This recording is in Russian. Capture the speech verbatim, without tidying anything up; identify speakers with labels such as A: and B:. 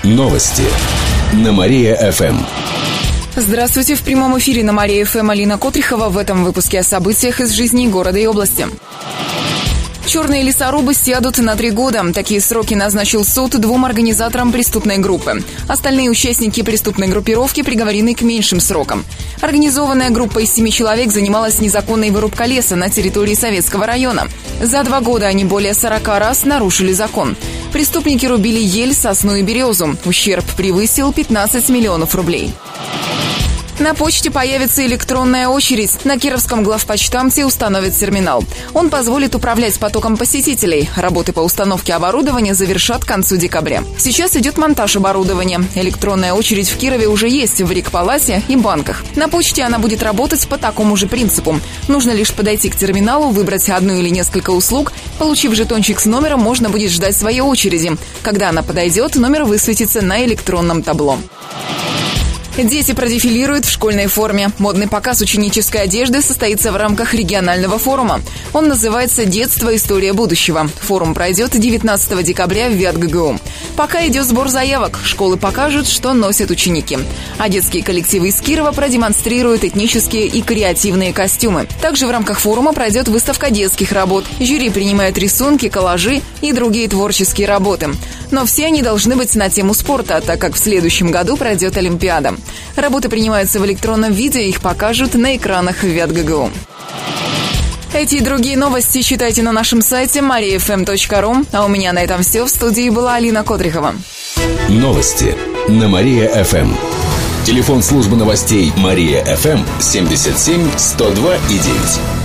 A: Новости на Мария-ФМ.
B: Здравствуйте, в прямом эфире на Мария-ФМ Алина Котрихова. В этом выпуске о событиях из жизни города и области. Черные лесорубы сядут на три года. Такие сроки назначил суд двум организаторам преступной группы. Остальные участники преступной группировки приговорены к меньшим срокам. Организованная группа из семи человек занималась незаконной вырубкой леса на территории Советского района. За два года они более сорока раз нарушили закон. Преступники рубили ель, сосну и березу. Ущерб превысил пятнадцать миллионов рублей. На почте появится электронная очередь. На Кировском главпочтамте установят терминал. Он позволит управлять потоком посетителей. Работы по установке оборудования завершат к концу декабря. Сейчас идет монтаж оборудования. Электронная очередь в Кирове уже есть в рекпалате и банках. На почте она будет работать по такому же принципу. Нужно лишь подойти к терминалу, выбрать одну или несколько услуг. Получив жетончик с номером, можно будет ждать своей очереди. Когда она подойдет, номер высветится на электронном табло. Дети продефилируют в школьной форме. Модный показ ученической одежды состоится в рамках регионального форума. Он называется «Детство. История будущего». Форум пройдет девятнадцатого декабря в ВятГГУ. Пока идет сбор заявок. Школы покажут, что носят ученики. А детские коллективы из Кирова продемонстрируют этнические и креативные костюмы. Также в рамках форума пройдет выставка детских работ. Жюри принимает рисунки, коллажи и другие творческие работы. Но все они должны быть на тему спорта, так как в следующем году пройдет Олимпиада. Работы принимаются в электронном виде, их покажут на экранах ВятГГУ. Эти и другие новости читайте на нашем сайте мария эф эм точка ру. А у меня на этом все. В студии была Алина Котрихова.
A: Новости на Мария-ФМ. Телефон службы новостей Мария-ФМ семьдесят семь сто два и девять.